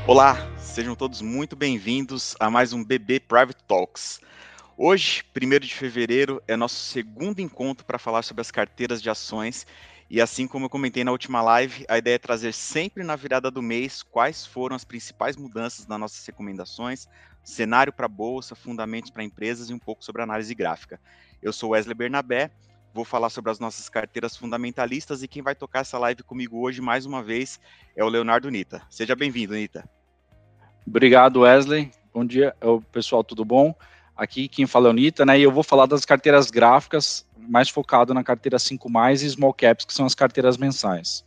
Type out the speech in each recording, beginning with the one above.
Olá, sejam todos muito bem-vindos a mais um BB Private Talks. Hoje, 1º de fevereiro, é nosso segundo encontro para falar sobre as carteiras de ações e assim como eu comentei na última live, a ideia é trazer sempre na virada do mês quais foram as principais mudanças nas nossas recomendações, cenário para a bolsa, fundamentos para empresas e um pouco sobre análise gráfica. Eu sou Wesley Bernabé, vou falar sobre as nossas carteiras fundamentalistas e quem vai tocar essa live comigo hoje, mais uma vez, é o Leonardo Nita. Seja bem-vindo, Nita. Obrigado, Wesley. Bom dia, pessoal, tudo bom? Aqui quem fala é o Nita, né? E eu vou falar das carteiras gráficas, mais focado na carteira 5+, e Small Caps, que são as carteiras mensais.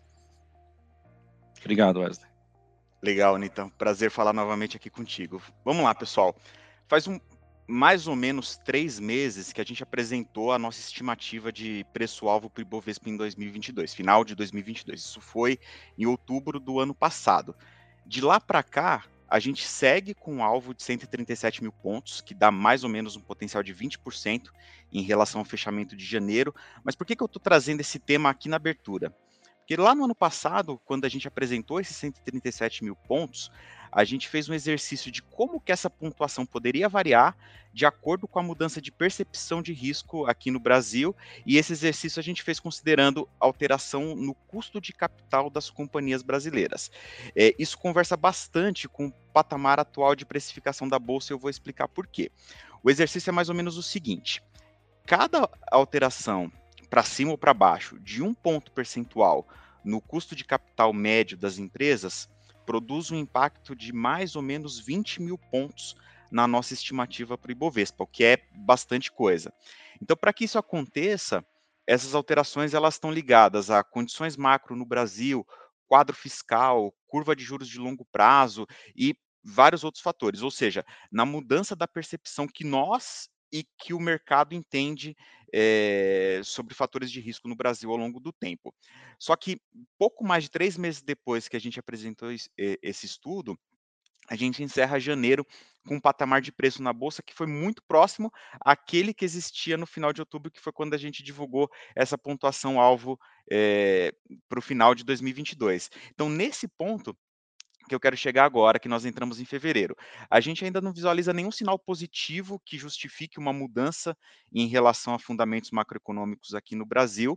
Obrigado, Wesley. Legal, Nita. Prazer falar novamente aqui contigo. Vamos lá, pessoal. Faz mais ou menos 3 meses que a gente apresentou a nossa estimativa de preço-alvo para o Ibovespa em 2022, final de 2022. Isso foi em outubro do ano passado. De lá para cá, a gente segue com um alvo de 137 mil pontos, que dá mais ou menos um potencial de 20% em relação ao fechamento de janeiro. Mas por que eu estou trazendo esse tema aqui na abertura? Porque lá no ano passado, quando a gente apresentou esses 137 mil pontos, a gente fez um exercício de como que essa pontuação poderia variar de acordo com a mudança de percepção de risco aqui no Brasil, e esse exercício a gente fez considerando alteração no custo de capital das companhias brasileiras. Isso conversa bastante com o patamar atual de precificação da Bolsa e eu vou explicar por quê. O exercício é mais ou menos o seguinte: cada alteração para cima ou para baixo de 1 ponto percentual no custo de capital médio das empresas produz um impacto de mais ou menos 20 mil pontos na nossa estimativa para o Ibovespa, o que é bastante coisa. Então, para que isso aconteça, essas alterações elas estão ligadas a condições macro no Brasil, quadro fiscal, curva de juros de longo prazo e vários outros fatores, ou seja, na mudança da percepção que nós e que o mercado entende sobre fatores de risco no Brasil ao longo do tempo. Só que pouco mais de 3 meses depois que a gente apresentou esse estudo, a gente encerra janeiro com um patamar de preço na bolsa que foi muito próximo àquele que existia no final de outubro, que foi quando a gente divulgou essa pontuação alvo para o final de 2022. Então, nesse ponto, que eu quero chegar agora, que nós entramos em fevereiro. A gente ainda não visualiza nenhum sinal positivo que justifique uma mudança em relação a fundamentos macroeconômicos aqui no Brasil.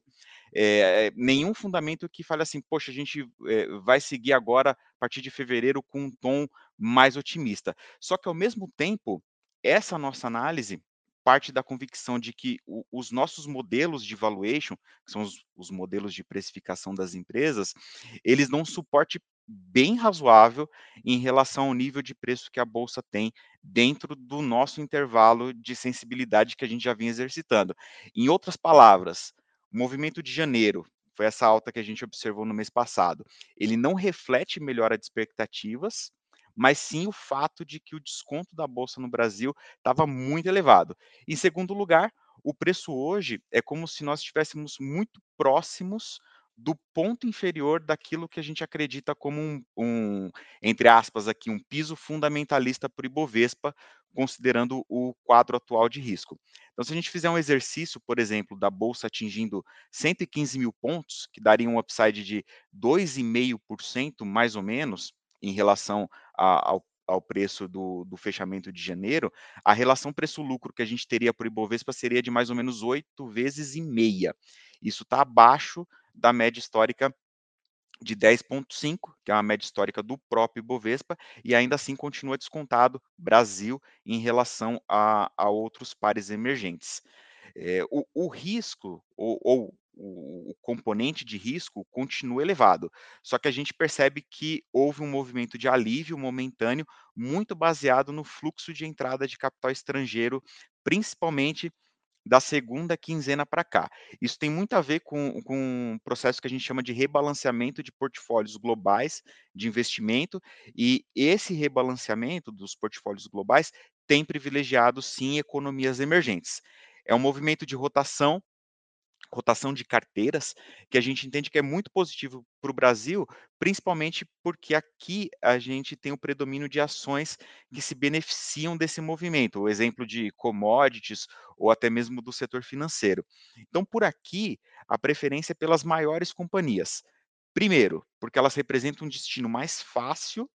Nenhum fundamento que fale assim, poxa, a gente vai seguir agora, a partir de fevereiro, com um tom mais otimista. Só que, ao mesmo tempo, essa nossa análise parte da convicção de que os nossos modelos de valuation, que são os modelos de precificação das empresas, eles dão um suporte bem razoável em relação ao nível de preço que a bolsa tem dentro do nosso intervalo de sensibilidade que a gente já vinha exercitando. Em outras palavras, o movimento de janeiro, foi essa alta que a gente observou no mês passado, ele não reflete melhora de expectativas, mas sim o fato de que o desconto da bolsa no Brasil estava muito elevado. Em segundo lugar, o preço hoje é como se nós estivéssemos muito próximos do ponto inferior daquilo que a gente acredita como entre aspas, aqui, um piso fundamentalista para o Ibovespa, considerando o quadro atual de risco. Então, se a gente fizer um exercício, por exemplo, da bolsa atingindo 115 mil pontos, que daria um upside de 2,5%, mais ou menos, em relação ao preço do fechamento de janeiro, a relação preço-lucro que a gente teria para o Ibovespa seria de mais ou menos 8 vezes e meia. Isso está abaixo da média histórica de 10,5, que é uma média histórica do próprio Ibovespa, e ainda assim continua descontado Brasil em relação a outros pares emergentes. O risco ou o componente de risco continua elevado, só que a gente percebe que houve um movimento de alívio momentâneo, muito baseado no fluxo de entrada de capital estrangeiro, principalmente da segunda quinzena para cá. Isso tem muito a ver com um processo que a gente chama de rebalanceamento de portfólios globais de investimento, e esse rebalanceamento dos portfólios globais tem privilegiado, sim, economias emergentes. É um movimento de rotação de carteiras, que a gente entende que é muito positivo para o Brasil, principalmente porque aqui a gente tem o predomínio de ações que se beneficiam desse movimento, o exemplo de commodities ou até mesmo do setor financeiro. Então, por aqui, a preferência é pelas maiores companhias. Primeiro, porque elas representam um destino mais fácil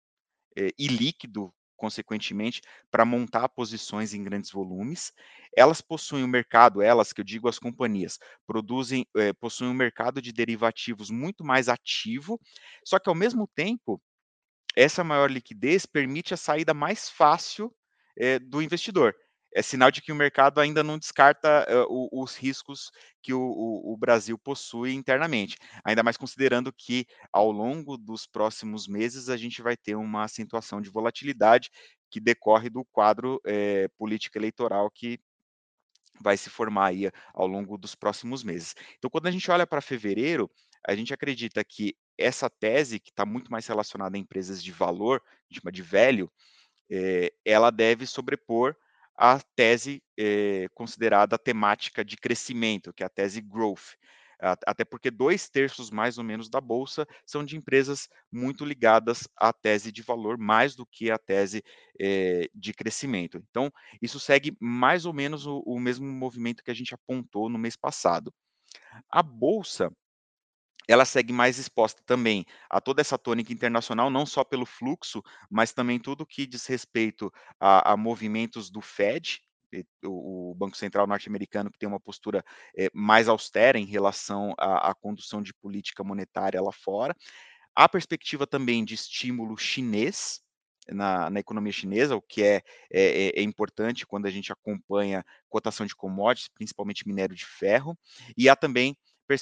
e líquido, consequentemente, para montar posições em grandes volumes. Elas possuem um mercado, elas que eu digo as companhias, possuem um mercado de derivativos muito mais ativo, só que ao mesmo tempo essa maior liquidez permite a saída mais fácil, do investidor. É sinal de que o mercado ainda não descarta, os riscos que o Brasil possui internamente, ainda mais considerando que, ao longo dos próximos meses, a gente vai ter uma acentuação de volatilidade que decorre do quadro, político eleitoral que vai se formar aí ao longo dos próximos meses. Então, quando a gente olha para fevereiro, a gente acredita que essa tese, que está muito mais relacionada a empresas de valor, a gente chama de velho, ela deve sobrepor a tese, considerada temática de crescimento, que é a tese growth. Até porque 2/3 mais ou menos da bolsa são de empresas muito ligadas à tese de valor, mais do que a tese, de crescimento. Então, isso segue mais ou menos o mesmo movimento que a gente apontou no mês passado. A bolsa, ela segue mais exposta também a toda essa tônica internacional, não só pelo fluxo, mas também tudo que diz respeito a movimentos do Fed, o Banco Central norte-americano, que tem uma postura mais austera em relação à condução de política monetária lá fora. Há perspectiva também de estímulo chinês na economia chinesa, o que é importante quando a gente acompanha cotação de commodities, principalmente minério de ferro, e há também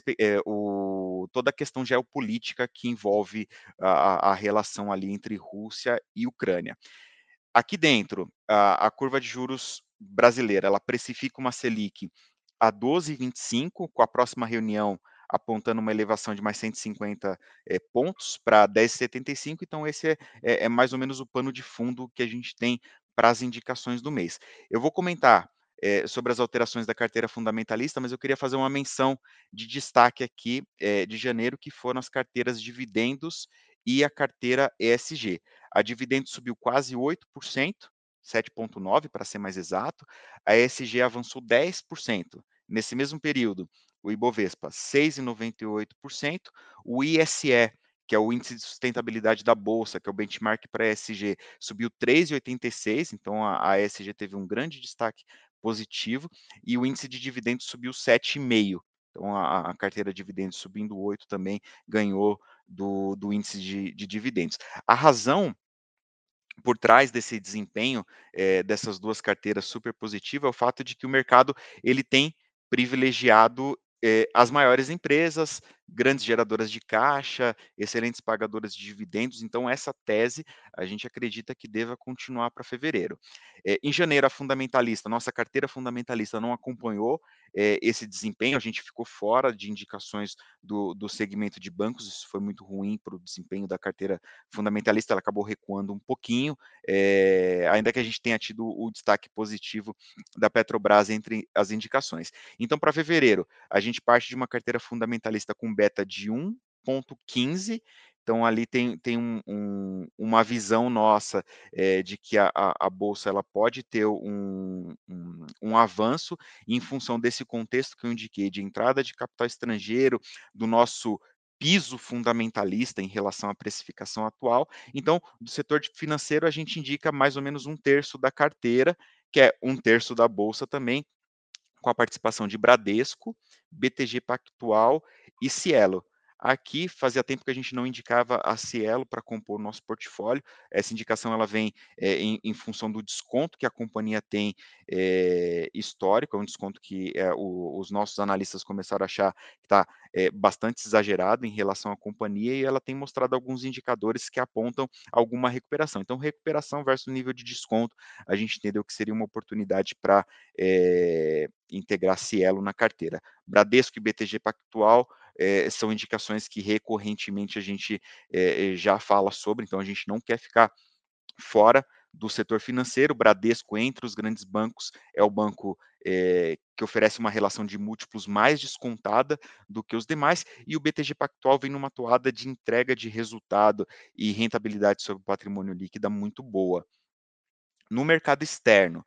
toda a questão geopolítica que envolve a relação ali entre Rússia e Ucrânia. Aqui dentro, a curva de juros brasileira, ela precifica uma Selic a 12,25, com a próxima reunião apontando uma elevação de mais 150 pontos para 10,75. Então esse é mais ou menos o pano de fundo que a gente tem para as indicações do mês. Eu vou comentar sobre as alterações da carteira fundamentalista, mas eu queria fazer uma menção de destaque aqui, de janeiro, que foram as carteiras dividendos e a carteira ESG. A dividendos subiu quase 8%, 7,9 para ser mais exato. A ESG avançou 10%. Nesse mesmo período, o Ibovespa 6,98%, o ISE, que é o índice de sustentabilidade da bolsa, que é o benchmark para a ESG, subiu 3,86, então a ESG teve um grande destaque positivo, e o índice de dividendos subiu 7,5. Então a carteira de dividendos subindo 8 também ganhou do índice de dividendos. A razão por trás desse desempenho, dessas 2 carteiras super positiva, é o fato de que o mercado ele tem privilegiado, as maiores empresas, grandes geradoras de caixa, excelentes pagadoras de dividendos, então essa tese a gente acredita que deva continuar para fevereiro. Em janeiro a fundamentalista, nossa carteira fundamentalista não acompanhou, esse desempenho, a gente ficou fora de indicações do segmento de bancos, isso foi muito ruim para o desempenho da carteira fundamentalista, ela acabou recuando um pouquinho, ainda que a gente tenha tido o destaque positivo da Petrobras entre as indicações. Então, para fevereiro, a gente parte de uma carteira fundamentalista com beta de 1,15, então ali tem uma visão nossa de que a bolsa ela pode ter um avanço em função desse contexto que eu indiquei de entrada de capital estrangeiro, do nosso piso fundamentalista em relação à precificação atual. Então, do setor financeiro, a gente indica mais ou menos 1/3 da carteira, que é 1/3 da bolsa também, com a participação de Bradesco, BTG Pactual e Cielo. Aqui fazia tempo que a gente não indicava a Cielo para compor o nosso portfólio. Essa indicação ela vem em função do desconto que a companhia tem histórico, é um desconto que os nossos analistas começaram a achar que está bastante exagerado em relação à companhia e ela tem mostrado alguns indicadores que apontam alguma recuperação. Então, recuperação versus nível de desconto, a gente entendeu que seria uma oportunidade para integrar Cielo na carteira. Bradesco e BTG Pactual são indicações que recorrentemente a gente já fala sobre, então a gente não quer ficar fora do setor financeiro. Bradesco, entre os grandes bancos, é o banco que oferece uma relação de múltiplos mais descontada do que os demais, e o BTG Pactual vem numa toada de entrega de resultado e rentabilidade sobre o patrimônio líquida muito boa. No mercado externo,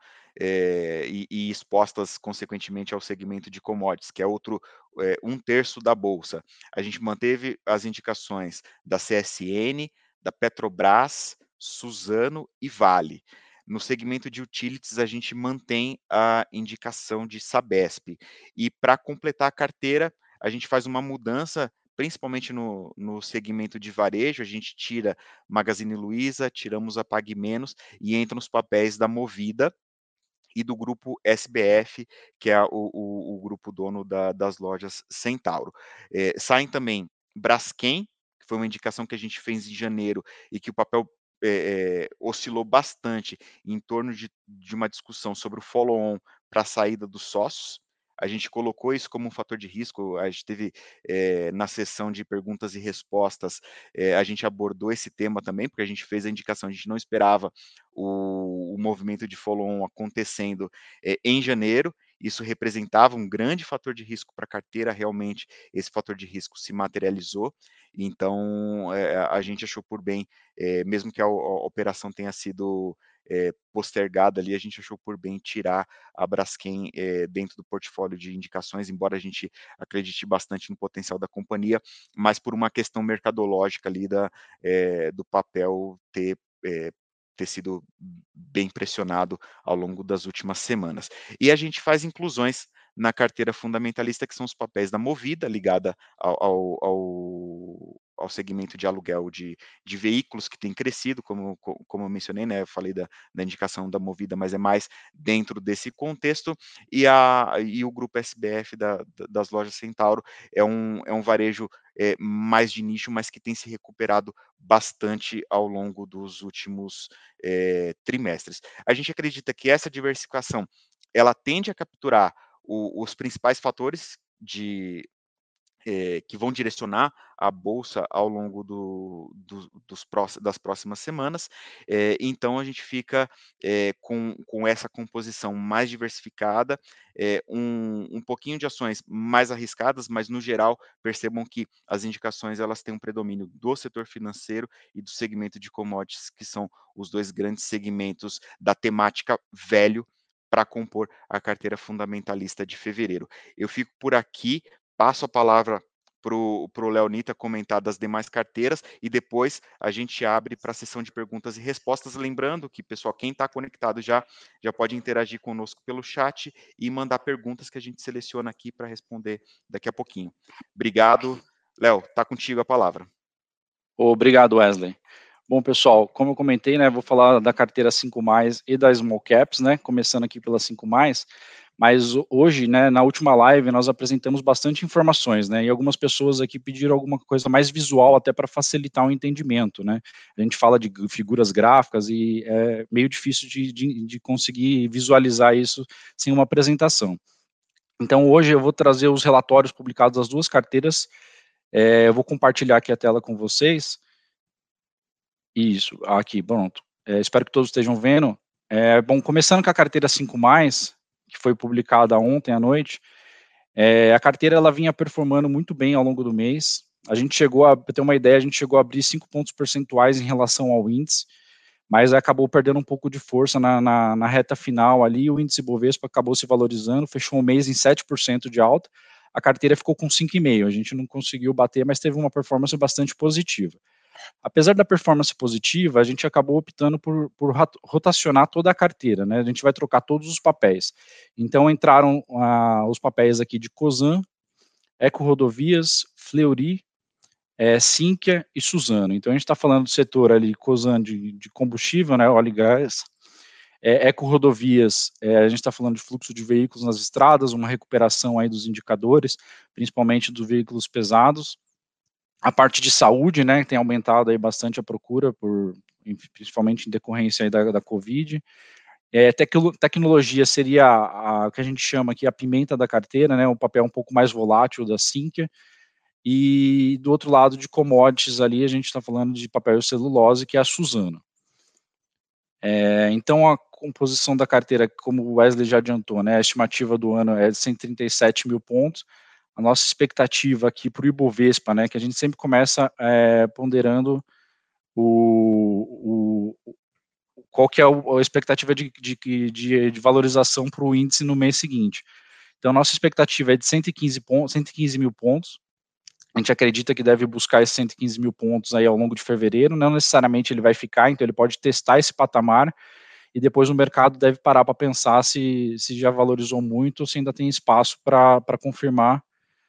e expostas consequentemente ao segmento de commodities, que é outro, 1/3 da bolsa. A gente manteve as indicações da CSN, da Petrobras, Suzano e Vale. No segmento de utilities, a gente mantém a indicação de Sabesp. E para completar a carteira, a gente faz uma mudança, principalmente no segmento de varejo, a gente tira Magazine Luiza, tiramos a Pague Menos e entra nos papéis da Movida e do grupo SBF, que é o grupo dono das lojas Centauro. Saem também Braskem, que foi uma indicação que a gente fez em janeiro e que o papel oscilou bastante em torno de uma discussão sobre o follow-on para a saída dos sócios. A gente colocou isso como um fator de risco, a gente teve, na sessão de perguntas e respostas, a gente abordou esse tema também, porque a gente fez a indicação, a gente não esperava o movimento de follow-on acontecendo em janeiro, isso representava um grande fator de risco para a carteira, realmente esse fator de risco se materializou, então a gente achou por bem, mesmo que a operação tenha sido postergada ali, a gente achou por bem tirar a Braskem dentro do portfólio de indicações, embora a gente acredite bastante no potencial da companhia, mas por uma questão mercadológica ali do papel ter sido bem pressionado ao longo das últimas semanas. E a gente faz inclusões na carteira fundamentalista, que são os papéis da Movida, ligada ao segmento de aluguel de veículos, que tem crescido, como eu mencionei, né, eu falei da indicação da Movida, mas é mais dentro desse contexto, e o grupo SBF das lojas Centauro é um varejo mais de nicho, mas que tem se recuperado bastante ao longo dos últimos trimestres. A gente acredita que essa diversificação ela tende a capturar os principais fatores que vão direcionar a bolsa ao longo das próximas semanas. Então, a gente fica com essa composição mais diversificada, um pouquinho de ações mais arriscadas, mas, no geral, percebam que as indicações elas têm um predomínio do setor financeiro e do segmento de commodities, que são os dois grandes segmentos da temática velho para compor a carteira fundamentalista de fevereiro. Eu fico por aqui, passo a palavra para o Leonita comentar das demais carteiras e depois a gente abre para a sessão de perguntas e respostas. Lembrando que, pessoal, quem está conectado já pode interagir conosco pelo chat e mandar perguntas que a gente seleciona aqui para responder daqui a pouquinho. Obrigado. Léo, está contigo a palavra. Obrigado, Wesley. Bom, pessoal, como eu comentei, né, vou falar da carteira 5+, e da Small Caps, né, começando aqui pela 5+, mas hoje, né, na última live, nós apresentamos bastante informações, né, e algumas pessoas aqui pediram alguma coisa mais visual, até para facilitar o entendimento, né. A gente fala de figuras gráficas e é meio difícil de conseguir visualizar isso sem uma apresentação. Então, hoje eu vou trazer os relatórios publicados das duas carteiras, eu vou compartilhar aqui a tela com vocês. Isso, aqui, pronto. Espero que todos estejam vendo. Bom, começando com a carteira 5+, que foi publicada ontem à noite, a carteira ela vinha performando muito bem ao longo do mês. A gente chegou a ter uma ideia, a gente chegou a abrir 5 pontos percentuais em relação ao índice, mas acabou perdendo um pouco de força na reta final ali. O índice Bovespa acabou se valorizando, fechou o mês em 7% de alta. A carteira ficou com 5,5%. A gente não conseguiu bater, mas teve uma performance bastante positiva. Apesar da performance positiva, a gente acabou optando por rotacionar toda a carteira, né? A gente vai trocar todos os papéis. Então entraram os papéis aqui de Cosan, Eco Rodovias, Fleury, Sinqia e Suzano. Então a gente está falando do setor ali, Cosan de combustível, né, óleo e gás, Eco Rodovias, a gente está falando de fluxo de veículos nas estradas, uma recuperação aí dos indicadores, principalmente dos veículos pesados. A parte de saúde, né, tem aumentado aí bastante a procura, principalmente em decorrência aí da Covid. Tecnologia seria o que a gente chama aqui a pimenta da carteira, né, um papel um pouco mais volátil da Sinqia. E do outro lado de commodities ali, a gente está falando de papel e celulose, que é a Suzano. Então, a composição da carteira, como o Wesley já adiantou, né, a estimativa do ano é de 137 mil pontos. A nossa expectativa aqui para o Ibovespa, né, que a gente sempre começa ponderando qual que é a expectativa de valorização para o índice no mês seguinte. Então, nossa expectativa é de 115 mil pontos. A gente acredita que deve buscar esses 115 mil pontos aí ao longo de fevereiro, não necessariamente ele vai ficar, então ele pode testar esse patamar, e depois o mercado deve parar para pensar se já valorizou muito ou se ainda tem espaço para confirmar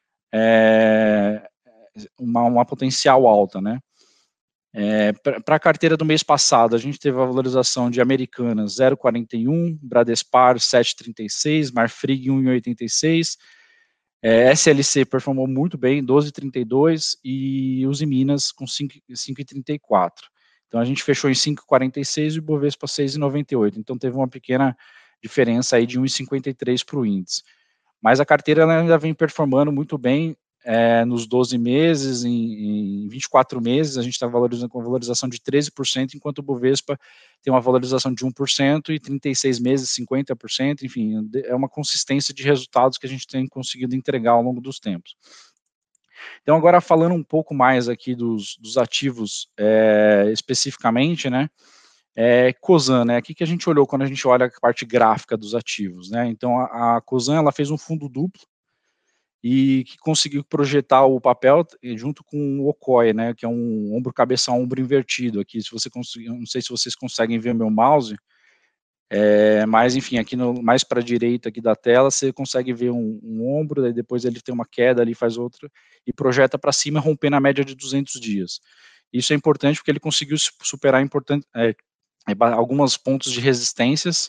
uma potencial alta, né? Para a carteira do mês passado, a gente teve a valorização de Americanas 0,41, Bradespar 7,36, Marfrig 1,86, SLC performou muito bem, 12,32, e Uzi Minas com 5,34. Então a gente fechou em 5,46 e o Bovespa 6,98. Então teve uma pequena diferença aí de 1,53 para o índice. Mas a carteira ela ainda vem performando muito bem nos 12 meses, em 24 meses, a gente está valorizando com valorização de 13%, enquanto o Bovespa tem uma valorização de 1%, e 36 meses, 50%, enfim, é uma consistência de resultados que a gente tem conseguido entregar ao longo dos tempos. Então, agora falando um pouco mais aqui dos ativos especificamente, né, Cosan, né, o que a gente olhou quando a gente olha a parte gráfica dos ativos, né, então a Cosan, ela fez um fundo duplo, e que conseguiu projetar o papel junto com o OCOI, né, que é um ombro cabeça ombro invertido aqui. Se você conseguir, não sei se vocês conseguem ver meu mouse, mas enfim, aqui mais para a direita aqui da tela, você consegue ver um ombro, daí depois ele tem uma queda ali, faz outra, e projeta para cima, rompendo a média de 200 dias. Isso é importante porque ele conseguiu superar alguns pontos de resistências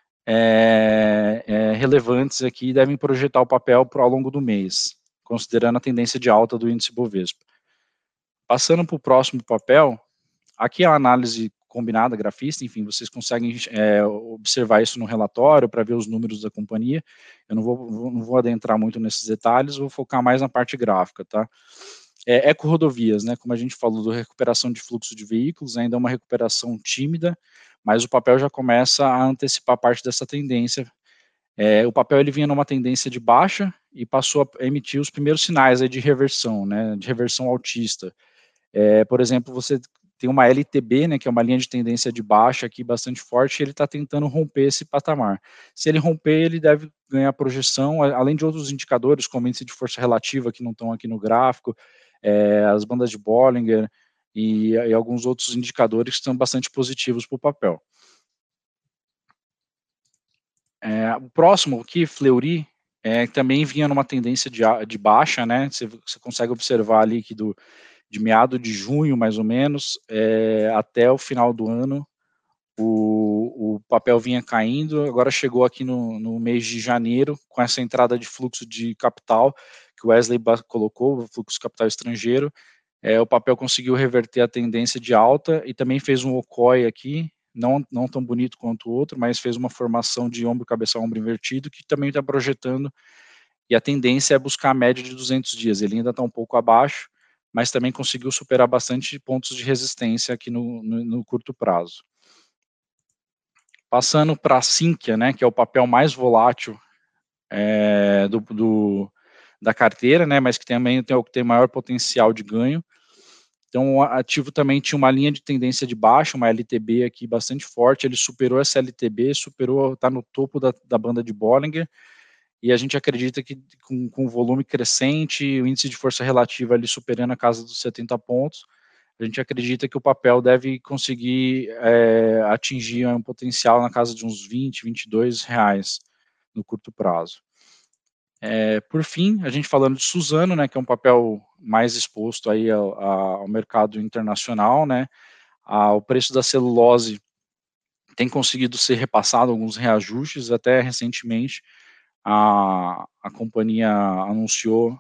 relevantes aqui, devem projetar o papel ao longo do mês, considerando a tendência de alta do índice Bovespa. Passando para o próximo papel, aqui é a análise combinada grafista, enfim, vocês conseguem observar isso no relatório para ver os números da companhia. Eu não vou adentrar muito nesses detalhes, vou focar mais na parte gráfica, tá? Eco-rodovias, né, como a gente falou, da recuperação de fluxo de veículos, ainda é uma recuperação tímida, mas o papel já começa a antecipar parte dessa tendência. O papel ele vinha numa tendência de baixa e passou a emitir os primeiros sinais aí de reversão, né, de reversão altista. Por exemplo, você tem uma LTB, né, que é uma linha de tendência de baixa aqui bastante forte, e ele está tentando romper esse patamar. Se ele romper, ele deve ganhar projeção, além de outros indicadores, como índice de força relativa, que não estão aqui no gráfico, as bandas de Bollinger e alguns outros indicadores que estão bastante positivos para o papel. O próximo aqui, Fleury, também vinha numa tendência de baixa, né? Você consegue observar ali que de meado de junho, mais ou menos, até o final do ano, o papel vinha caindo, agora chegou aqui no mês de janeiro, com essa entrada de fluxo de capital, que o Wesley colocou, o fluxo de capital estrangeiro, o papel conseguiu reverter a tendência de alta e também fez um OCOI aqui, não tão bonito quanto o outro, mas fez uma formação de ombro, cabeça, ombro invertido, que também está projetando, e a tendência é buscar a média de 200 dias. Ele ainda está um pouco abaixo, mas também conseguiu superar bastante pontos de resistência aqui no curto prazo. Passando para a Sinqia, né, que é o papel mais volátil da carteira, né, mas que também tem maior potencial de ganho. Então, o ativo também tinha uma linha de tendência de baixa, uma LTB aqui bastante forte, ele superou essa LTB, está no topo da banda de Bollinger, e a gente acredita que com volume crescente, o índice de força relativa ali superando a casa dos 70 pontos, a gente acredita que o papel deve conseguir atingir um potencial na casa de uns 20, 22 reais no curto prazo. Por fim, a gente falando de Suzano, né, que é um papel mais exposto aí ao mercado internacional, né, o preço da celulose tem conseguido ser repassado alguns reajustes, até recentemente a companhia anunciou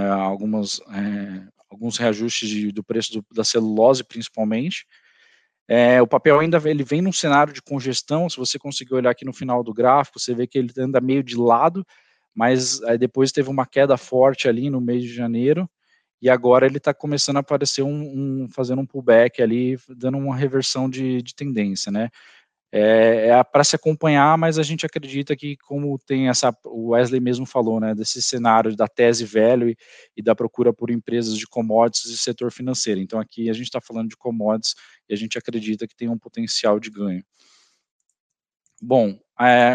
alguns reajustes do preço da celulose, principalmente. O papel ainda ele vem num cenário de congestão, se você conseguir olhar aqui no final do gráfico, você vê que ele anda meio de lado, mas depois teve uma queda forte ali no mês de janeiro, e agora ele está começando a aparecer fazendo um pullback ali, dando uma reversão de tendência, né? Para se acompanhar, mas a gente acredita que como tem o Wesley mesmo falou, né, desse cenário da tese velho e da procura por empresas de commodities e setor financeiro. Então aqui a gente está falando de commodities e a gente acredita que tem um potencial de ganho. Bom,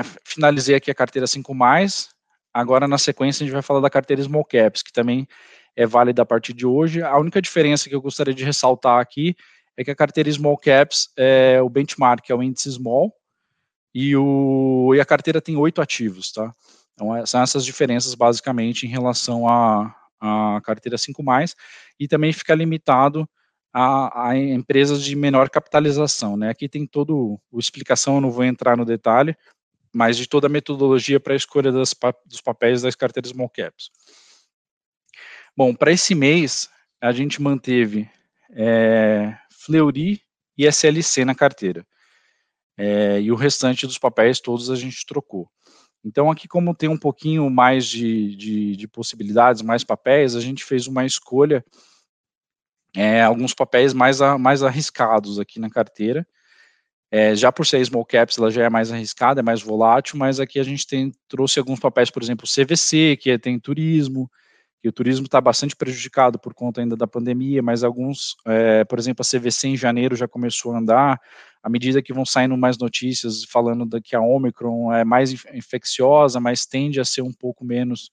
finalizei aqui a carteira 5+, agora na sequência a gente vai falar da carteira Small Caps, que também é válida a partir de hoje. A única diferença que eu gostaria de ressaltar aqui é que a carteira Small Caps, o benchmark é o índice Small, e a carteira tem 8 ativos, tá? Então, são essas diferenças, basicamente, em relação à carteira 5+, e também fica limitado a empresas de menor capitalização, né? Aqui tem todo a explicação, eu não vou entrar no detalhe, mas de toda a metodologia para a escolha dos papéis das carteiras Small Caps. Bom, para esse mês, a gente manteve Fleury e SLC na carteira. E o restante dos papéis todos a gente trocou. Então, aqui, como tem um pouquinho mais de possibilidades, mais papéis, a gente fez uma escolha, alguns papéis mais arriscados aqui na carteira. Já por ser small caps, ela já é mais arriscada, é mais volátil, mas aqui a gente trouxe alguns papéis, por exemplo, CVC, que tem turismo, que o turismo está bastante prejudicado por conta ainda da pandemia, mas alguns, por exemplo, a CVC em janeiro já começou a andar, à medida que vão saindo mais notícias falando que a Omicron é mais infecciosa, mas tende a ser um pouco menos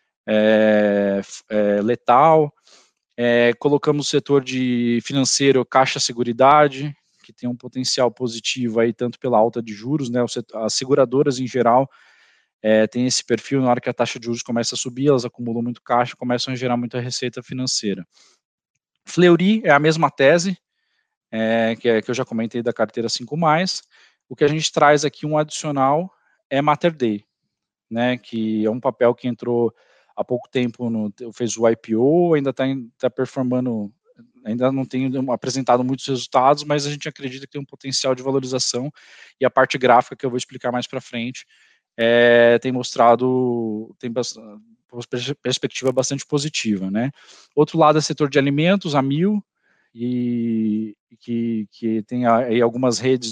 letal. Colocamos o setor de financeiro, Caixa Seguridade, que tem um potencial positivo aí, tanto pela alta de juros, né, as seguradoras em geral tem esse perfil, na hora que a taxa de juros começa a subir, elas acumulam muito caixa, começam a gerar muita receita financeira. Fleury é a mesma tese, que eu já comentei da carteira 5+, o que a gente traz aqui um adicional é Mater Dei, né, que é um papel que entrou há pouco tempo, fez o IPO, ainda está performando, ainda não tem apresentado muitos resultados, mas a gente acredita que tem um potencial de valorização, e a parte gráfica que eu vou explicar mais para frente, tem mostrado, tem perspectiva bastante positiva, né. Outro lado é o setor de alimentos, a Mil, e que tem aí algumas redes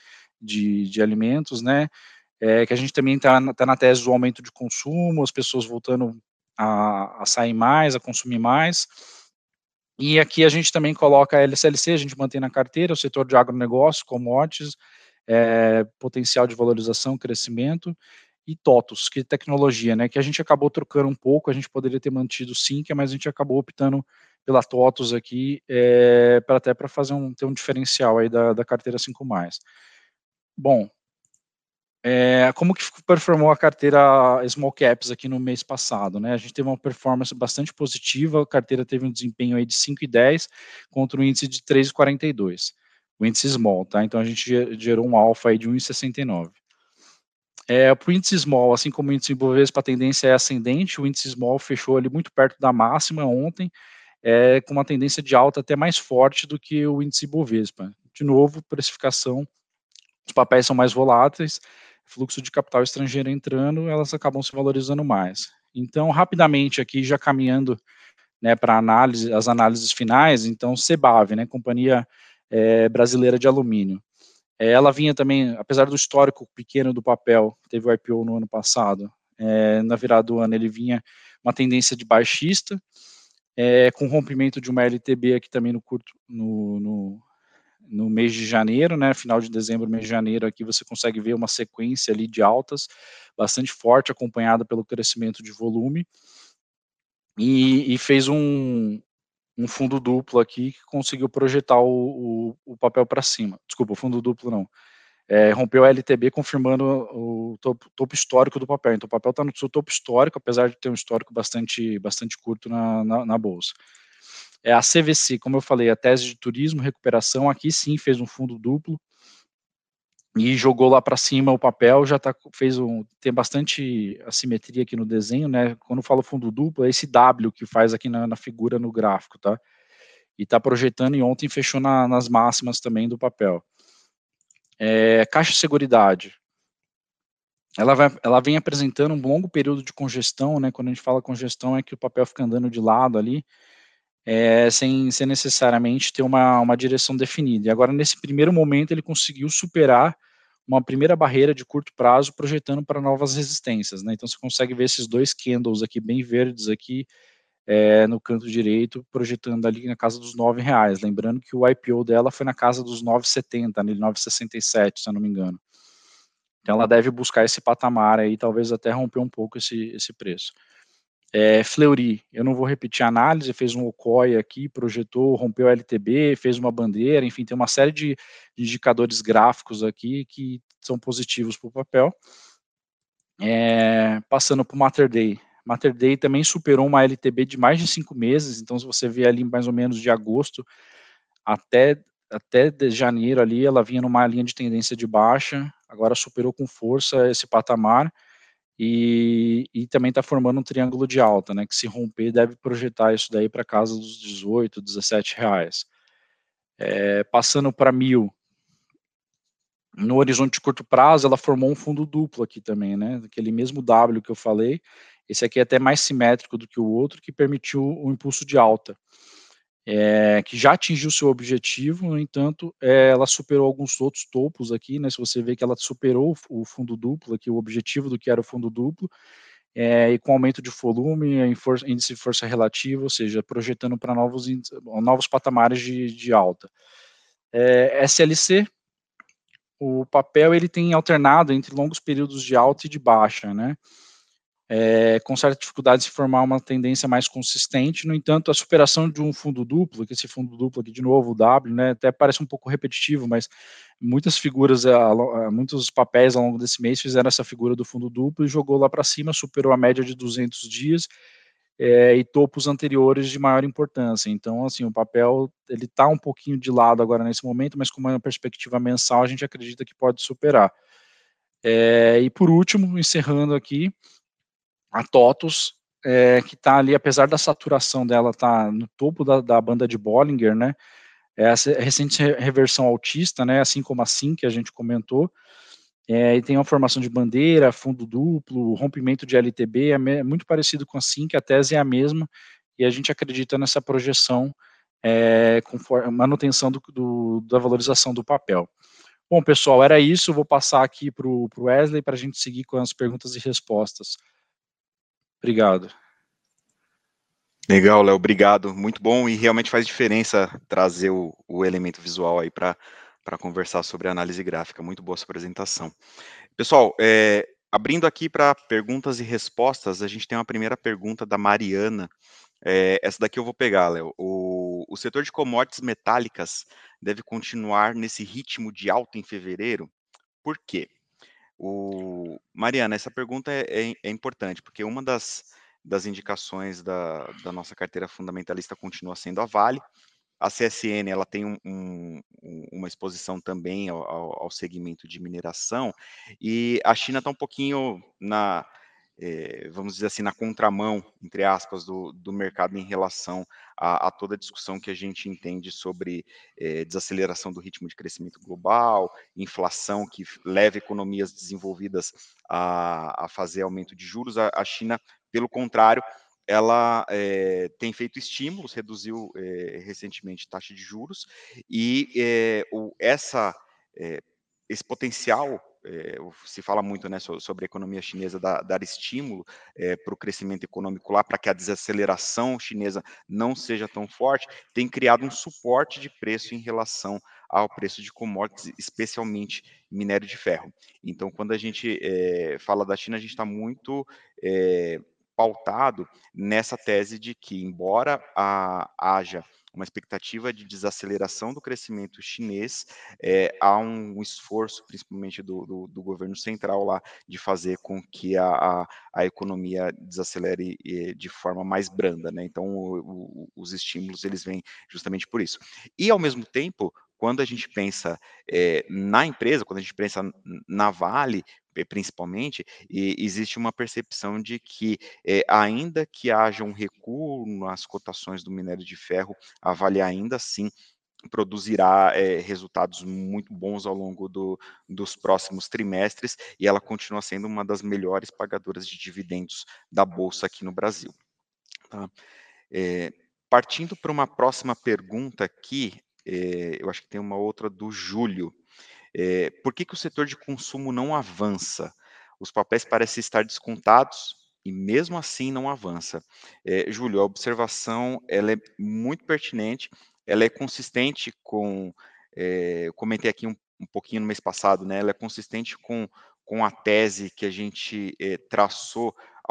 de alimentos, né, que a gente também está na tese do aumento de consumo, as pessoas voltando a sair mais, a consumir mais. E aqui a gente também coloca a LCLC, a gente mantém na carteira, o setor de agronegócio, commodities, potencial de valorização, crescimento, e TOTUS, que é tecnologia, né, que a gente acabou trocando um pouco, a gente poderia ter mantido Sinqia, mas a gente acabou optando pela TOTUS aqui, para fazer ter um diferencial aí da carteira 5+. Bom, como que performou a carteira Small Caps aqui no mês passado, né? A gente teve uma performance bastante positiva, a carteira teve um desempenho aí de 5,10 contra um índice de 3,42. O índice Small, tá? Então a gente gerou um alfa aí de 1,69. Para o índice Small, assim como o índice Ibovespa, a tendência é ascendente, o índice Small fechou ali muito perto da máxima ontem, com uma tendência de alta até mais forte do que o índice Ibovespa. De novo, precificação, os papéis são mais voláteis, fluxo de capital estrangeiro entrando, elas acabam se valorizando mais. Então, rapidamente aqui, já caminhando, né, para as análises finais, então, CBAV, né, Companhia Brasileira de Alumínio. Ela vinha também, apesar do histórico pequeno do papel, teve o IPO no ano passado, na virada do ano ele vinha uma tendência de baixista, com rompimento de uma LTB aqui também no mês de janeiro, né, final de dezembro, mês de janeiro, aqui você consegue ver uma sequência ali de altas, bastante forte, acompanhada pelo crescimento de volume, e fez um fundo duplo aqui, que conseguiu projetar o papel para cima. Desculpa, o fundo duplo não. Rompeu a LTB, confirmando o topo histórico do papel. Então, o papel está no seu topo histórico, apesar de ter um histórico bastante curto na bolsa. A CVC, como eu falei, a tese de turismo, recuperação, aqui sim fez um fundo duplo e jogou lá para cima o papel, tem bastante assimetria aqui no desenho, né? Quando eu falo fundo duplo, é esse W que faz aqui na figura no gráfico, tá? E está projetando, e ontem fechou nas máximas também do papel. Caixa Seguridade, ela vem apresentando um longo período de congestão, né? Quando a gente fala congestão, é que o papel fica andando de lado ali, sem necessariamente ter uma direção definida. E agora, nesse primeiro momento, ele conseguiu superar uma primeira barreira de curto prazo, projetando para novas resistências, né? Então, você consegue ver esses dois candles aqui, bem verdes aqui, no canto direito, projetando ali na casa dos R$9. Lembrando que o IPO dela foi na casa dos 9,70, né, 9,67, se eu não me engano. Então, ela deve buscar esse patamar aí, talvez até romper um pouco esse preço. Fleury, eu não vou repetir a análise, fez um OCOI aqui, projetou, rompeu a LTB, fez uma bandeira, enfim, tem uma série de indicadores gráficos aqui que são positivos para o papel. Passando para o Mater Dei. Mater Dei também superou uma LTB de mais de 5 meses, então se você vê ali mais ou menos de agosto até de janeiro ali, ela vinha numa linha de tendência de baixa, agora superou com força esse patamar, e também está formando um triângulo de alta, né, que se romper deve projetar isso daí para casa dos 18, 17 reais. Passando para 1000, no horizonte de curto prazo, ela formou um fundo duplo aqui também, né, aquele mesmo W que eu falei, esse aqui é até mais simétrico do que o outro, que permitiu o impulso de alta. Que já atingiu seu objetivo, no entanto, ela superou alguns outros topos aqui, né, se você vê que ela superou o fundo duplo aqui, o objetivo do que era o fundo duplo, e com aumento de volume, índice de força relativa, ou seja, projetando para novos patamares de alta. SLC, o papel ele tem alternado entre longos períodos de alta e de baixa, né, com certa dificuldade de formar uma tendência mais consistente. No entanto, a superação de um fundo duplo, que esse fundo duplo aqui de novo, o W, né, até parece um pouco repetitivo, mas muitas figuras, muitos papéis ao longo desse mês fizeram essa figura do fundo duplo e jogou lá para cima, superou a média de 200 dias e topos anteriores de maior importância. Então, assim, o papel ele está um pouquinho de lado agora nesse momento, mas com uma perspectiva mensal, a gente acredita que pode superar. E por último, encerrando aqui, a TOTUS, que está ali, apesar da saturação dela estar no topo da banda de Bollinger, né, essa recente reversão altista, né, assim como a SIM, que a gente comentou, e tem uma formação de bandeira, fundo duplo, rompimento de LTB, é muito parecido com a SIM, que a tese é a mesma, e a gente acredita nessa projeção, com manutenção da valorização do papel. Bom, pessoal, era isso, vou passar aqui para o Wesley para a gente seguir com as perguntas e respostas. Obrigado. Legal, Léo, obrigado. Muito bom e realmente faz diferença trazer o elemento visual aí para conversar sobre análise gráfica. Muito boa essa apresentação. Pessoal, abrindo aqui para perguntas e respostas, a gente tem uma primeira pergunta da Mariana. Essa daqui eu vou pegar, Léo. O setor de commodities metálicas deve continuar nesse ritmo de alta em fevereiro? Por quê? Mariana, essa pergunta é importante, porque uma das indicações da nossa carteira fundamentalista continua sendo a Vale. A CSN ela tem uma exposição também ao segmento de mineração, e a China está um pouquinho vamos dizer assim, na contramão, entre aspas, do mercado em relação a toda a discussão que a gente entende sobre desaceleração do ritmo de crescimento global, inflação que leva economias desenvolvidas a fazer aumento de juros. A China, pelo contrário, ela tem feito estímulos, reduziu recentemente taxa de juros, e esse potencial, se fala muito, né, sobre a economia chinesa dar estímulo para o crescimento econômico lá, para que a desaceleração chinesa não seja tão forte, tem criado um suporte de preço em relação ao preço de commodities, especialmente minério de ferro. Então, quando a gente fala da China, a gente está muito pautado nessa tese de que, embora haja uma expectativa de desaceleração do crescimento chinês, há um esforço, principalmente do governo central lá, de fazer com que a economia desacelere de forma mais branda, né? Então, os estímulos, eles vêm justamente por isso. E, ao mesmo tempo, quando a gente pensa na empresa, quando a gente pensa na Vale, principalmente, existe uma percepção de que, ainda que haja um recuo nas cotações do minério de ferro, a Vale ainda assim produzirá resultados muito bons ao longo dos próximos trimestres, e ela continua sendo uma das melhores pagadoras de dividendos da Bolsa aqui no Brasil. Tá? Partindo para uma próxima pergunta aqui, eu acho que tem uma outra do Júlio. Por que o setor de consumo não avança? Os papéis parecem estar descontados e mesmo assim não avança. Júlio, a observação ela é muito pertinente, ela é consistente com, eu comentei aqui um pouquinho no mês passado, né? Ela é consistente com a tese que a gente traçou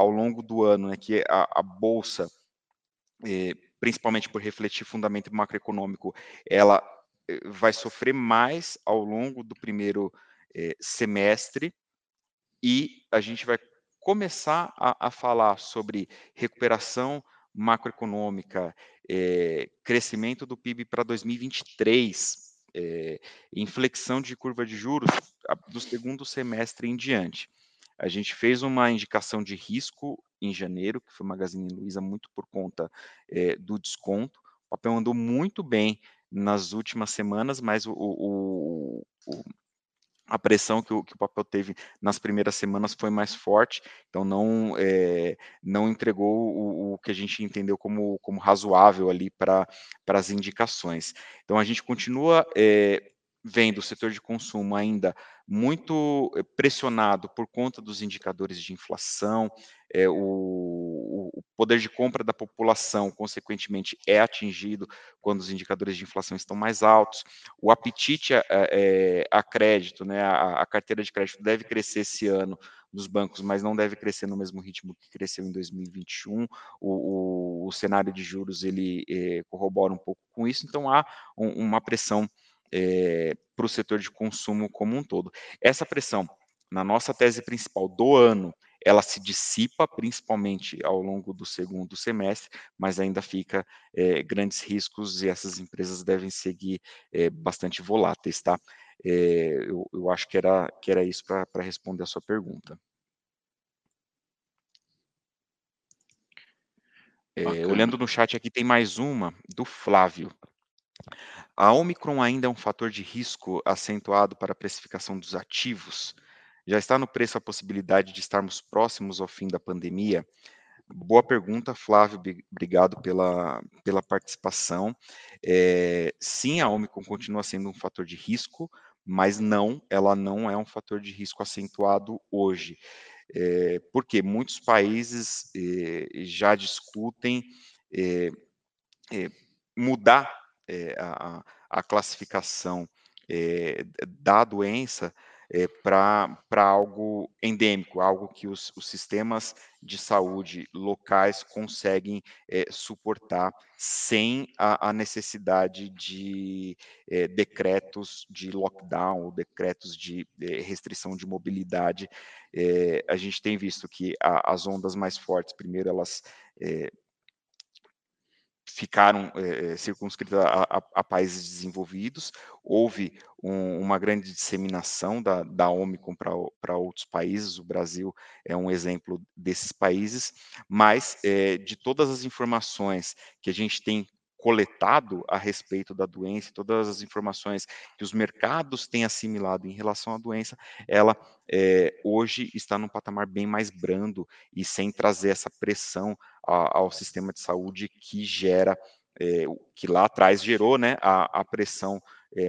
ao longo do ano, né, que a bolsa, principalmente por refletir fundamento macroeconômico, ela vai sofrer mais ao longo do primeiro semestre, e a gente vai começar a falar sobre recuperação macroeconômica, crescimento do PIB para 2023, inflexão de curva de juros do segundo semestre em diante. A gente fez uma indicação de risco em janeiro, que foi Magazine Luiza, muito por conta do desconto. O papel andou muito bem nas últimas semanas, mas a pressão que o papel teve nas primeiras semanas foi mais forte, então não entregou o que a gente entendeu como razoável ali para as indicações. Então a gente continua vendo o setor de consumo ainda muito pressionado por conta dos indicadores de inflação, o poder de compra da população, consequentemente, é atingido quando os indicadores de inflação estão mais altos. O apetite a crédito, né, a carteira de crédito deve crescer esse ano nos bancos, mas não deve crescer no mesmo ritmo que cresceu em 2021. O cenário de juros ele corrobora um pouco com isso, então há uma pressão para o setor de consumo como um todo. Essa pressão, na nossa tese principal do ano, ela se dissipa principalmente ao longo do segundo semestre, mas ainda fica grandes riscos e essas empresas devem seguir bastante voláteis, tá? Eu acho que era isso para responder a sua pergunta. Olhando no chat aqui, tem mais uma do Flávio. A Omicron ainda é um fator de risco acentuado para a precificação dos ativos? Já está no preço a possibilidade de estarmos próximos ao fim da pandemia? Boa pergunta, Flávio, obrigado pela participação. Sim, a Omicron continua sendo um fator de risco, mas ela não é um fator de risco acentuado hoje. Porque muitos países já discutem mudar a classificação da doença para algo endêmico, algo que os sistemas de saúde locais conseguem suportar sem a necessidade de decretos de lockdown ou decretos de restrição de mobilidade. A gente tem visto que as ondas mais fortes, primeiro elas ficaram circunscritas a países desenvolvidos, houve uma grande disseminação da Omicron para outros países, o Brasil é um exemplo desses países, mas de todas as informações que a gente tem coletado a respeito da doença, todas as informações que os mercados têm assimilado em relação à doença, ela hoje está num patamar bem mais brando e sem trazer essa pressão ao sistema de saúde que gera, que lá atrás gerou, né, a pressão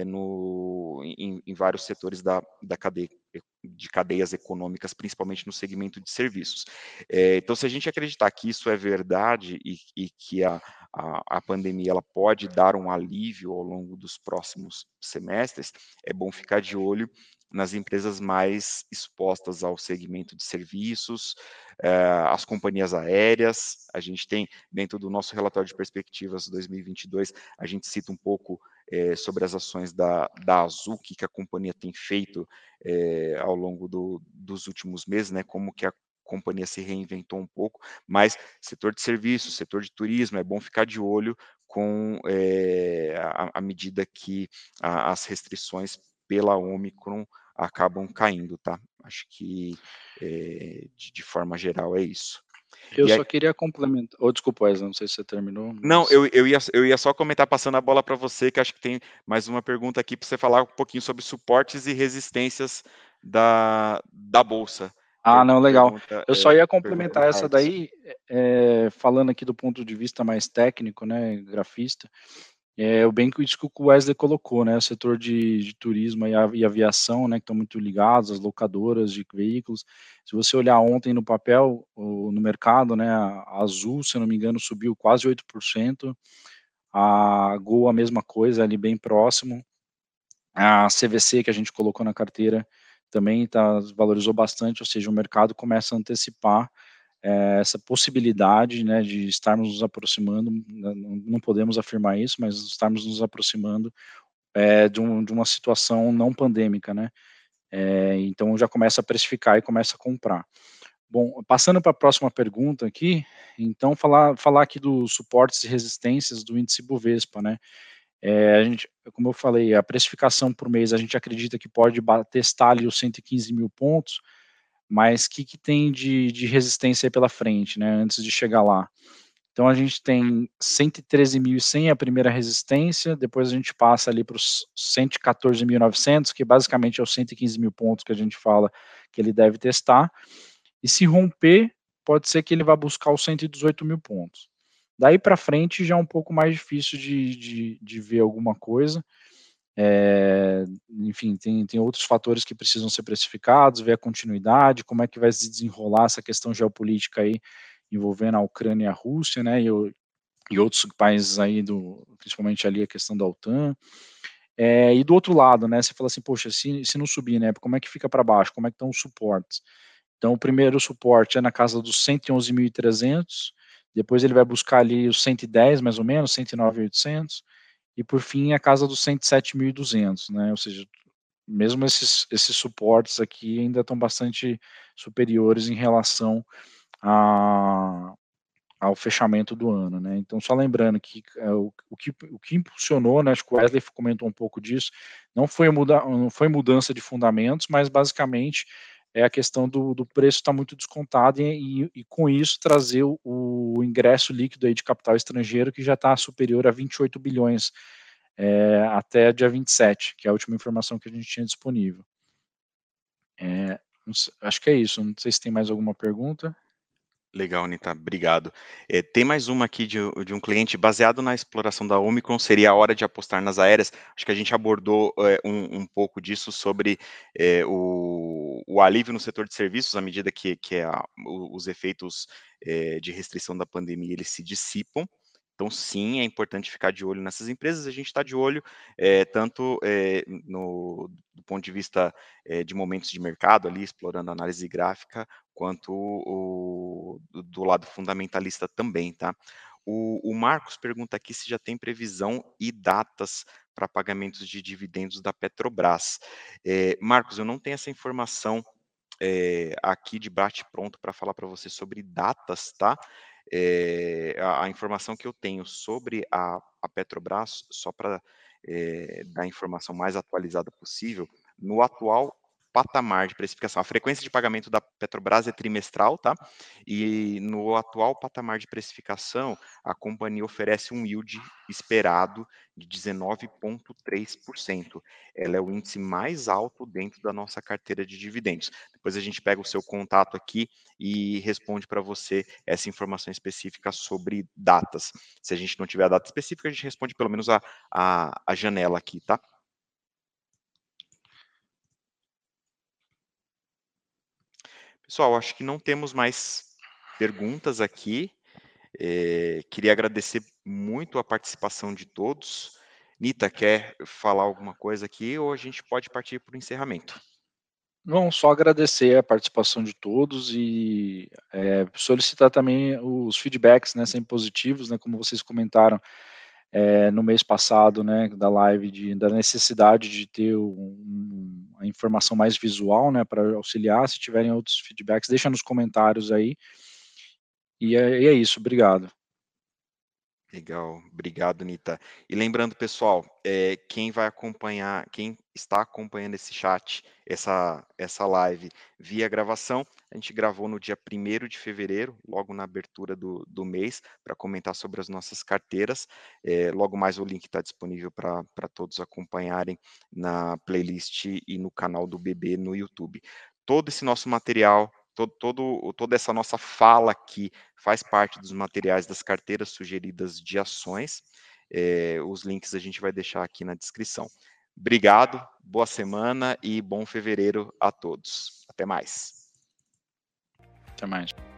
em vários setores da cadeia, de cadeias econômicas, principalmente no segmento de serviços. Então, se a gente acreditar que isso é verdade e que a pandemia ela pode dar um alívio ao longo dos próximos semestres, é bom ficar de olho nas empresas mais expostas ao segmento de serviços, as companhias aéreas. A gente tem, dentro do nosso relatório de perspectivas 2022, a gente cita um pouco sobre as ações da Azul, que a companhia tem feito ao longo dos últimos meses, né, como que a companhia se reinventou um pouco, mas setor de serviços, setor de turismo, é bom ficar de olho com a medida que as restrições pela Omicron acabam caindo, tá? Acho que de forma geral é isso. Eu E aí, só queria complementar. Oh, desculpa, Wesley, não sei se você terminou, não, mas. eu ia só comentar, passando a bola para você, que acho que tem mais uma pergunta aqui para você falar um pouquinho sobre suportes e resistências da bolsa. Ah, não, legal. Pergunta, Eu só ia pergunta do complementar essa Carlos. daí, falando aqui do ponto de vista mais técnico, né, grafista. O bem que isso que o Wesley colocou, né, o setor de turismo e aviação, né, que estão muito ligados, as locadoras de veículos. Se você olhar ontem no papel, no mercado, né, a Azul, se eu não me engano, subiu quase 8%, a Gol a mesma coisa, ali bem próximo, a CVC que a gente colocou na carteira também valorizou bastante, ou seja, o mercado começa a antecipar essa possibilidade, né, de estarmos nos aproximando, não podemos afirmar isso, mas estarmos nos aproximando de uma situação não pandêmica, né? Então já começa a precificar e começa a comprar. Bom, passando para a próxima pergunta aqui, então falar aqui dos suportes e resistências do índice Bovespa, né? A gente, como eu falei, a precificação por mês a gente acredita que pode testar ali os 115 mil pontos, mas o que tem de resistência aí pela frente, né, antes de chegar lá? Então a gente tem 113.100 a primeira resistência, depois a gente passa ali para os 114.900, que basicamente é os 115 mil pontos que a gente fala que ele deve testar, e se romper, pode ser que ele vá buscar os 118 mil pontos. Daí para frente já é um pouco mais difícil de ver alguma coisa, enfim, tem outros fatores que precisam ser precificados, ver a continuidade, como é que vai se desenrolar essa questão geopolítica aí envolvendo a Ucrânia e a Rússia, né, e outros países aí, principalmente ali a questão da OTAN. E do outro lado, né, você fala assim, poxa, se não subir, né, como é que fica para baixo, como é que estão os suportes? Então, o primeiro suporte é na casa dos 111.300, depois ele vai buscar ali os 110, mais ou menos, 109.800, e por fim a casa dos 107.200, né, ou seja, mesmo esses suportes aqui ainda estão bastante superiores em relação ao fechamento do ano, né? Então, só lembrando que o que impulsionou, né, acho que o Wesley comentou um pouco disso, não foi mudança de fundamentos, mas basicamente é a questão do preço estar muito descontado e com isso trazer o ingresso líquido aí de capital estrangeiro que já está superior a 28 bilhões até dia 27, que é a última informação que a gente tinha disponível. Acho que é isso, não sei se tem mais alguma pergunta. Legal, Nita, obrigado. Tem mais uma aqui de um cliente baseado na exploração da Omicron, seria a hora de apostar nas aéreas. Acho que a gente abordou um pouco disso sobre o alívio no setor de serviços, à medida que os efeitos de restrição da pandemia eles se dissipam. Então, sim, é importante ficar de olho nessas empresas. A gente está de olho tanto do ponto de vista de momentos de mercado, ali explorando a análise gráfica, quanto do lado fundamentalista também, tá? O Marcos pergunta aqui se já tem previsão e datas para pagamentos de dividendos da Petrobras. Marcos, eu não tenho essa informação aqui de bate-pronto para falar para você sobre datas, tá? A informação que eu tenho sobre a Petrobras, só para dar a informação mais atualizada possível, no atual patamar de precificação, a frequência de pagamento da Petrobras é trimestral, tá? E no atual patamar de precificação, a companhia oferece um yield esperado de 19,3%. Ela é o índice mais alto dentro da nossa carteira de dividendos. Depois a gente pega o seu contato aqui e responde para você essa informação específica sobre datas. Se a gente não tiver a data específica, a gente responde pelo menos a janela aqui, tá? Pessoal, acho que não temos mais perguntas aqui. Queria agradecer muito a participação de todos. Nita, quer falar alguma coisa aqui ou a gente pode partir para o encerramento? Não, só agradecer a participação de todos e solicitar também os feedbacks, né, sempre positivos, né, como vocês comentaram no mês passado, né, da live, da necessidade de ter a informação mais visual, né, para auxiliar. Se tiverem outros feedbacks, deixa nos comentários aí. E é isso, obrigado. Legal, obrigado, Nita. E lembrando, pessoal, quem está acompanhando esse chat, essa live via gravação, a gente gravou no dia 1º de fevereiro, logo na abertura do mês, para comentar sobre as nossas carteiras. Logo mais o link está disponível para todos acompanharem na playlist e no canal do BB no YouTube. Todo esse nosso material, toda essa nossa fala aqui faz parte dos materiais das carteiras sugeridas de ações. Os links a gente vai deixar aqui na descrição. Obrigado, boa semana e bom fevereiro a todos. Até mais. Até mais.